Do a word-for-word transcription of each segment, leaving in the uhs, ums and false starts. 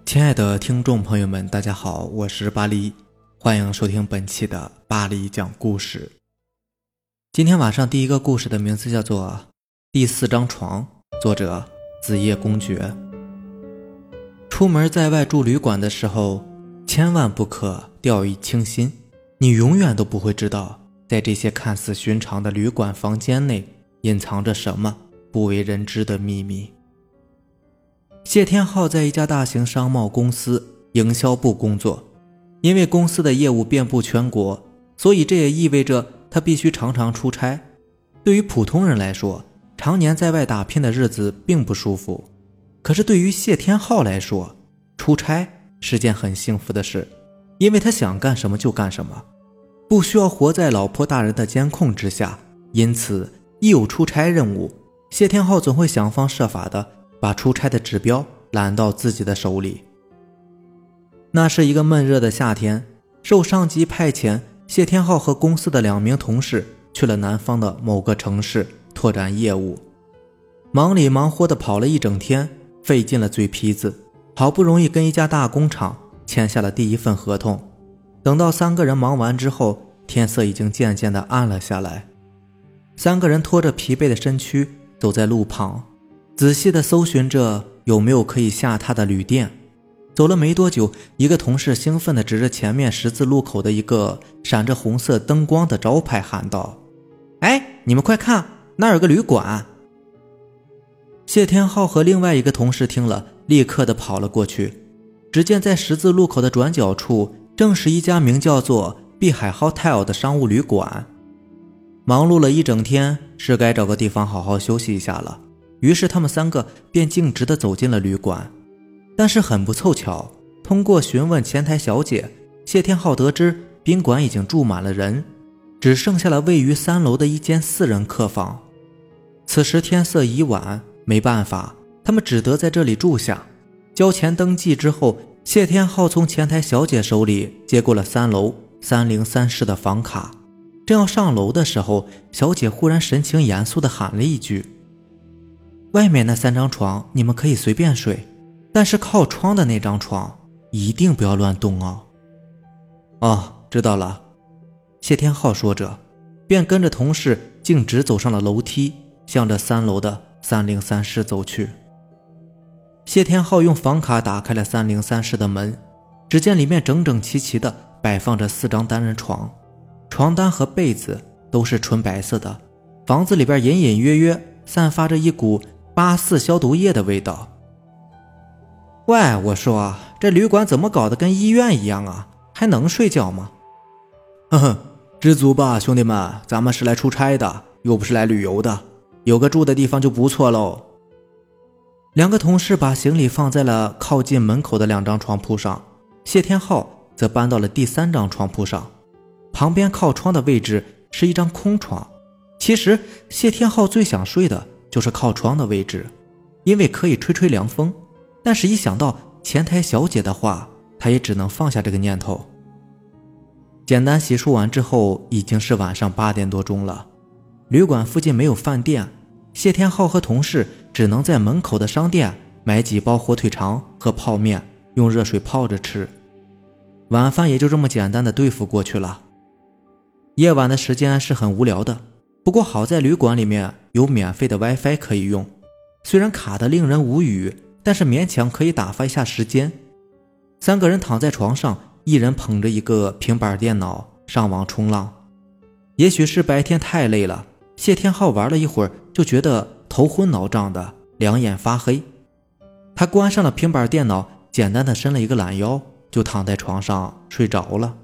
亲爱的听众朋友们，大家好，我是巴黎，欢迎收听本期的巴黎讲故事。今天晚上第一个故事的名字叫做第四张床，作者子夜公爵。出门在外住旅馆的时候，千万不可掉以轻心，你永远都不会知道在这些看似寻常的旅馆房间内隐藏着什么不为人知的秘密。谢天浩在一家大型商贸公司营销部工作，因为公司的业务遍布全国，所以这也意味着他必须常常出差。对于普通人来说，常年在外打拼的日子并不舒服，可是对于谢天浩来说，出差是件很幸福的事，因为他想干什么就干什么，不需要活在老婆大人的监控之下。因此一有出差任务，谢天浩总会想方设法的把出差的指标揽到自己的手里。那是一个闷热的夏天，受上级派遣，谢天浩和公司的两名同事去了南方的某个城市拓展业务，忙里忙活的跑了一整天，费尽了嘴皮子，好不容易跟一家大工厂签下了第一份合同。等到三个人忙完之后，天色已经渐渐地暗了下来。三个人拖着疲惫的身躯走在路旁，仔细地搜寻着有没有可以下榻的旅店。走了没多久，一个同事兴奋地指着前面十字路口的一个闪着红色灯光的招牌喊道：哎，你们快看，那儿有个旅馆。谢天浩和另外一个同事听了，立刻地跑了过去。只见在十字路口的转角处，正是一家名叫做碧海 Hotel 的商务旅馆。忙碌了一整天，是该找个地方好好休息一下了。于是他们三个便径直地走进了旅馆。但是很不凑巧，通过询问前台小姐，谢天浩得知宾馆已经住满了人，只剩下了位于三楼的一间私人客房。此时天色已晚，没办法，他们只得在这里住下。交钱登记之后，谢天浩从前台小姐手里接过了三楼三零三室的房卡。正要上楼的时候，小姐忽然神情严肃地喊了一句：外面那三张床你们可以随便睡，但是靠窗的那张床一定不要乱动哦。哦，知道了。谢天浩说着，便跟着同事径直走上了楼梯，向着三楼的三零三室走去。谢天浩用房卡打开了三零三室的门，只见里面整整齐齐地摆放着四张单人床，床单和被子都是纯白色的，房子里边隐隐约约散发着一股八四消毒液的味道。喂，我说这旅馆怎么搞得跟医院一样啊？还能睡觉吗？呵呵，知足吧兄弟们，咱们是来出差的，又不是来旅游的，有个住的地方就不错喽。两个同事把行李放在了靠近门口的两张床铺上，谢天浩则搬到了第三张床铺上。旁边靠窗的位置是一张空床，其实谢天浩最想睡的就是靠窗的位置，因为可以吹吹凉风，但是一想到前台小姐的话，他也只能放下这个念头。简单洗漱完之后，已经是晚上八点多钟了。旅馆附近没有饭店，谢天浩和同事只能在门口的商店买几包火腿肠和泡面，用热水泡着吃。晚饭也就这么简单的对付过去了。夜晚的时间是很无聊的，不过好在旅馆里面有免费的 WiFi 可以用，虽然卡得令人无语，但是勉强可以打发一下时间。三个人躺在床上，一人捧着一个平板电脑上网冲浪。也许是白天太累了，谢天浩玩了一会儿就觉得头昏脑胀的，两眼发黑。他关上了平板电脑，简单的伸了一个懒腰，就躺在床上睡着了。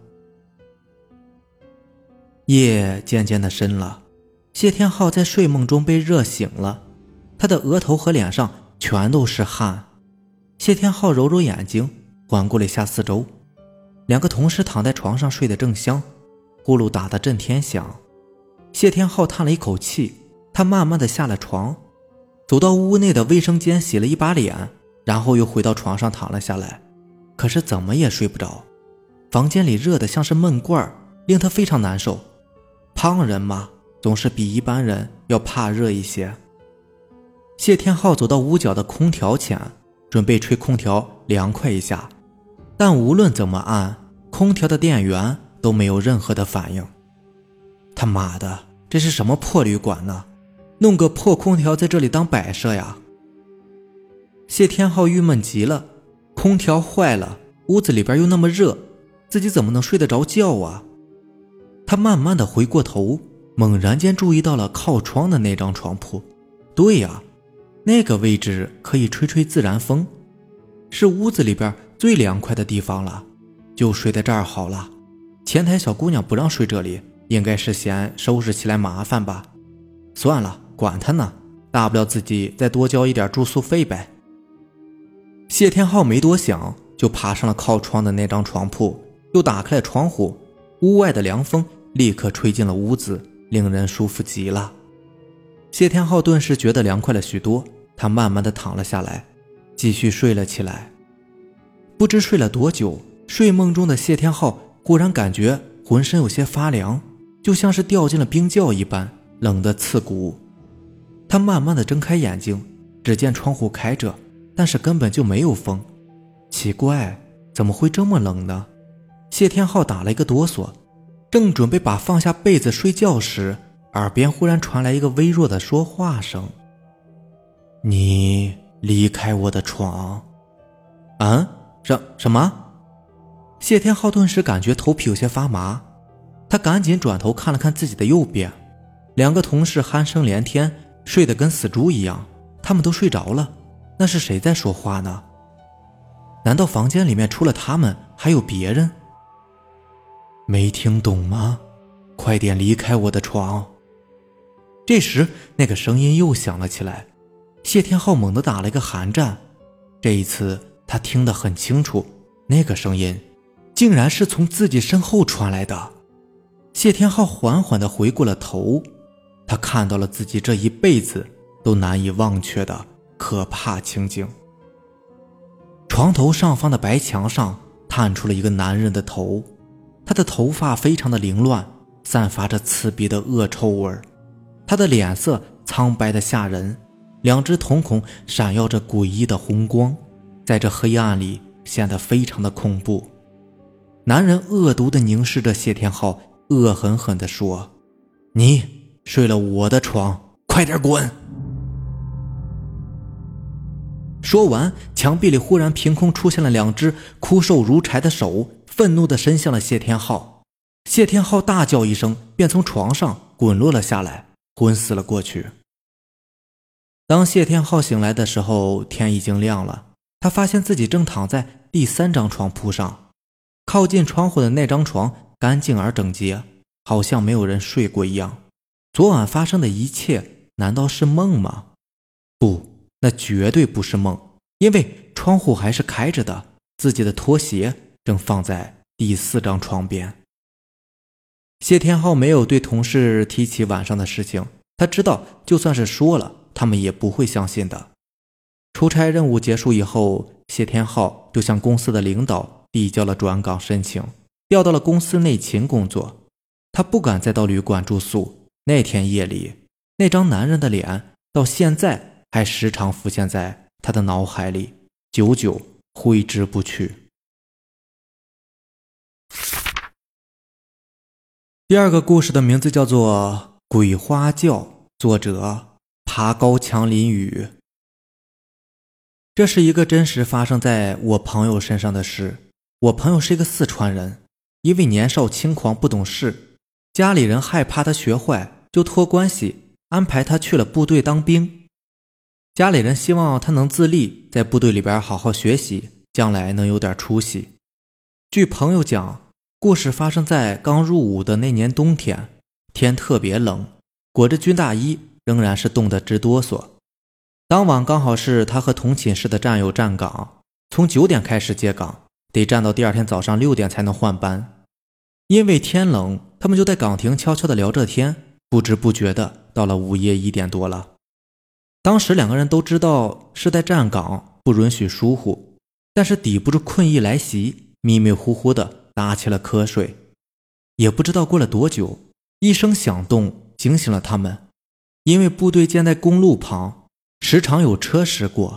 夜渐渐的深了，谢天浩在睡梦中被热醒了，他的额头和脸上全都是汗。谢天浩揉揉眼睛，环顾了一下四周，两个同事躺在床上睡得正香，呼噜打得震天响。谢天浩叹了一口气，他慢慢的下了床，走到屋内的卫生间洗了一把脸，然后又回到床上躺了下来。可是怎么也睡不着，房间里热得像是闷罐，令他非常难受。胖人嘛，总是比一般人要怕热一些。谢天浩走到屋角的空调前，准备吹空调凉快一下，但无论怎么按，空调的电源都没有任何的反应。他妈的，这是什么破旅馆呢？弄个破空调在这里当摆设呀！谢天浩郁闷极了，空调坏了，屋子里边又那么热，自己怎么能睡得着觉啊？他慢慢的回过头，猛然间注意到了靠窗的那张床铺。对呀，那个位置可以吹吹自然风，是屋子里边最凉快的地方了，就睡在这儿好了。前台小姑娘不让睡这里，应该是嫌收拾起来麻烦吧。算了，管他呢，大不了自己再多交一点住宿费呗。谢天浩没多想，就爬上了靠窗的那张床铺，又打开了窗户，屋外的凉风立刻吹进了屋子，令人舒服极了。谢天浩顿时觉得凉快了许多，他慢慢地躺了下来，继续睡了起来。不知睡了多久，睡梦中的谢天浩忽然感觉浑身有些发凉，就像是掉进了冰窖一般，冷得刺骨。他慢慢地睁开眼睛，只见窗户开着，但是根本就没有风。奇怪，怎么会这么冷呢？谢天浩打了一个哆嗦，正准备把放下被子睡觉时，耳边忽然传来一个微弱的说话声：你离开我的床。嗯？什什么？谢天浩顿时感觉头皮有些发麻，他赶紧转头看了看自己的右边，两个同事鼾声连天，睡得跟死猪一样，他们都睡着了。那是谁在说话呢？难道房间里面除了他们还有别人？没听懂吗？快点离开我的床。这时那个声音又响了起来，谢天浩猛地打了一个寒战。这一次他听得很清楚，那个声音竟然是从自己身后传来的。谢天浩缓缓地回过了头，他看到了自己这一辈子都难以忘却的可怕情景。床头上方的白墙上探出了一个男人的头，他的头发非常的凌乱，散发着刺鼻的恶臭味，他的脸色苍白的吓人，两只瞳孔闪耀着诡异的红光，在这黑暗里显得非常的恐怖。男人恶毒地凝视着谢天浩，恶狠狠地说：你睡了我的床，快点滚！说完，墙壁里忽然凭空出现了两只枯瘦如柴的手，愤怒地伸向了谢天浩。谢天浩大叫一声，便从床上滚落了下来，昏死了过去。当谢天浩醒来的时候，天已经亮了，他发现自己正躺在第三张床铺上，靠近窗户的那张床干净而整洁，好像没有人睡过一样。昨晚发生的一切难道是梦吗？不，那绝对不是梦，因为窗户还是开着的，自己的拖鞋正放在第四张床边。谢天浩没有对同事提起晚上的事情，他知道就算是说了，他们也不会相信的。出差任务结束以后，谢天浩就向公司的领导递交了转岗申请，调到了公司内勤工作。他不敢再到旅馆住宿，那天夜里，那张男人的脸到现在还时常浮现在他的脑海里，久久挥之不去。第二个故事的名字叫做《鬼花轿》，作者爬高墙淋雨。这是一个真实发生在我朋友身上的事。我朋友是一个四川人，因为年少轻狂不懂事，家里人害怕他学坏，就托关系安排他去了部队当兵。家里人希望他能自立，在部队里边好好学习，将来能有点出息。据朋友讲，故事发生在刚入伍的那年冬天，天特别冷，裹着军大衣，仍然是冻得直哆嗦。当晚刚好是他和同寝室的战友站岗，从九点开始接岗，得站到第二天早上六点才能换班。因为天冷，他们就在岗亭悄悄地聊着天，不知不觉的到了午夜一点多了。当时两个人都知道是在站岗，不允许疏忽，但是抵不住困意来袭，迷迷糊糊的打起了瞌睡。也不知道过了多久，一声响动惊醒了他们。因为部队建在公路旁，时常有车驶过，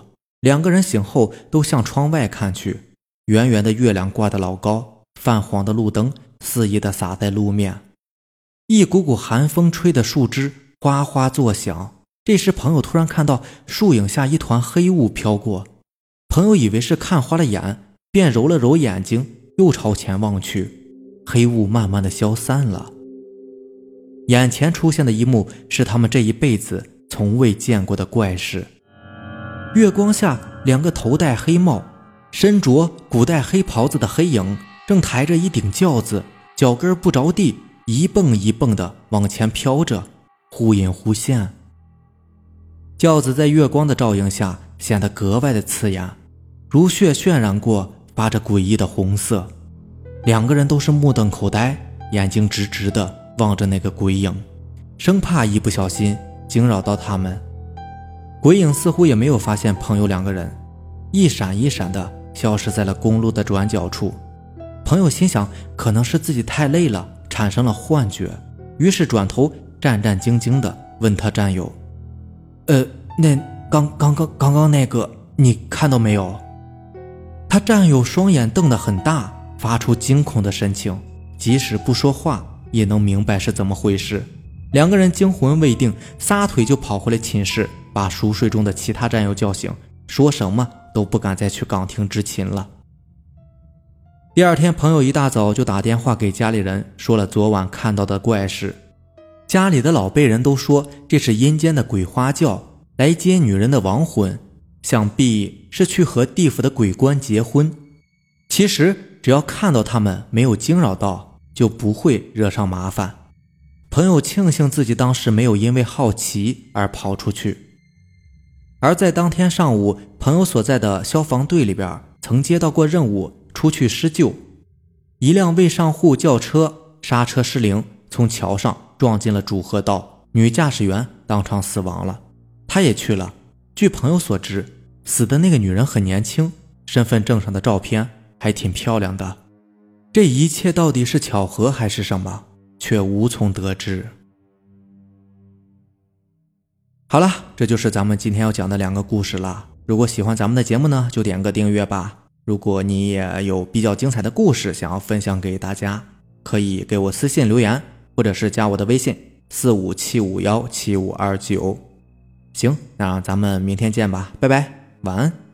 两个人醒后都向窗外看去，圆圆的月亮挂得老高，泛黄的路灯肆意地洒在路面，一股股寒风吹得树枝哗哗作响。这时朋友突然看到树影下一团黑雾飘过，朋友以为是看花了眼，便揉了揉眼睛，又朝前望去，黑雾慢慢地消散了。眼前出现的一幕是他们这一辈子从未见过的怪事。月光下，两个头戴黑帽、身着古代黑袍子的黑影正抬着一顶轿子，脚跟不着地，一蹦一蹦地往前飘着，忽隐忽现。轿子在月光的照映下显得格外的刺眼，如血渲染过，发着诡异的红色。两个人都是目瞪口呆，眼睛直直地望着那个鬼影，生怕一不小心惊扰到他们。鬼影似乎也没有发现朋友两个人，一闪一闪地消失在了公路的转角处。朋友心想可能是自己太累了，产生了幻觉，于是转头战战兢兢地问他战友：呃，那刚刚刚刚刚那个你看到没有？他战友双眼瞪得很大，发出惊恐的神情，即使不说话也能明白是怎么回事。两个人惊魂未定，撒腿就跑回了寝室，把熟睡中的其他战友叫醒，说什么都不敢再去岗亭执勤了。第二天，朋友一大早就打电话给家里人，说了昨晚看到的怪事。家里的老辈人都说这是阴间的鬼花轿来接女人的亡魂，想必是去和地府的鬼官结婚。其实只要看到他们没有惊扰到，就不会惹上麻烦。朋友庆幸自己当时没有因为好奇而跑出去。而在当天上午，朋友所在的消防队里边曾接到过任务，出去施救。一辆未上户轿车刹车失灵，从桥上撞进了主河道，女驾驶员当场死亡了。他也去了。据朋友所知，死的那个女人很年轻，身份证上的照片还挺漂亮的。这一切到底是巧合还是什么，却无从得知。好了，这就是咱们今天要讲的两个故事了。如果喜欢咱们的节目呢，就点个订阅吧。如果你也有比较精彩的故事想要分享给大家，可以给我私信留言，或者是加我的微信四五七五一七五二九。行，那咱们明天见吧，拜拜，晚安。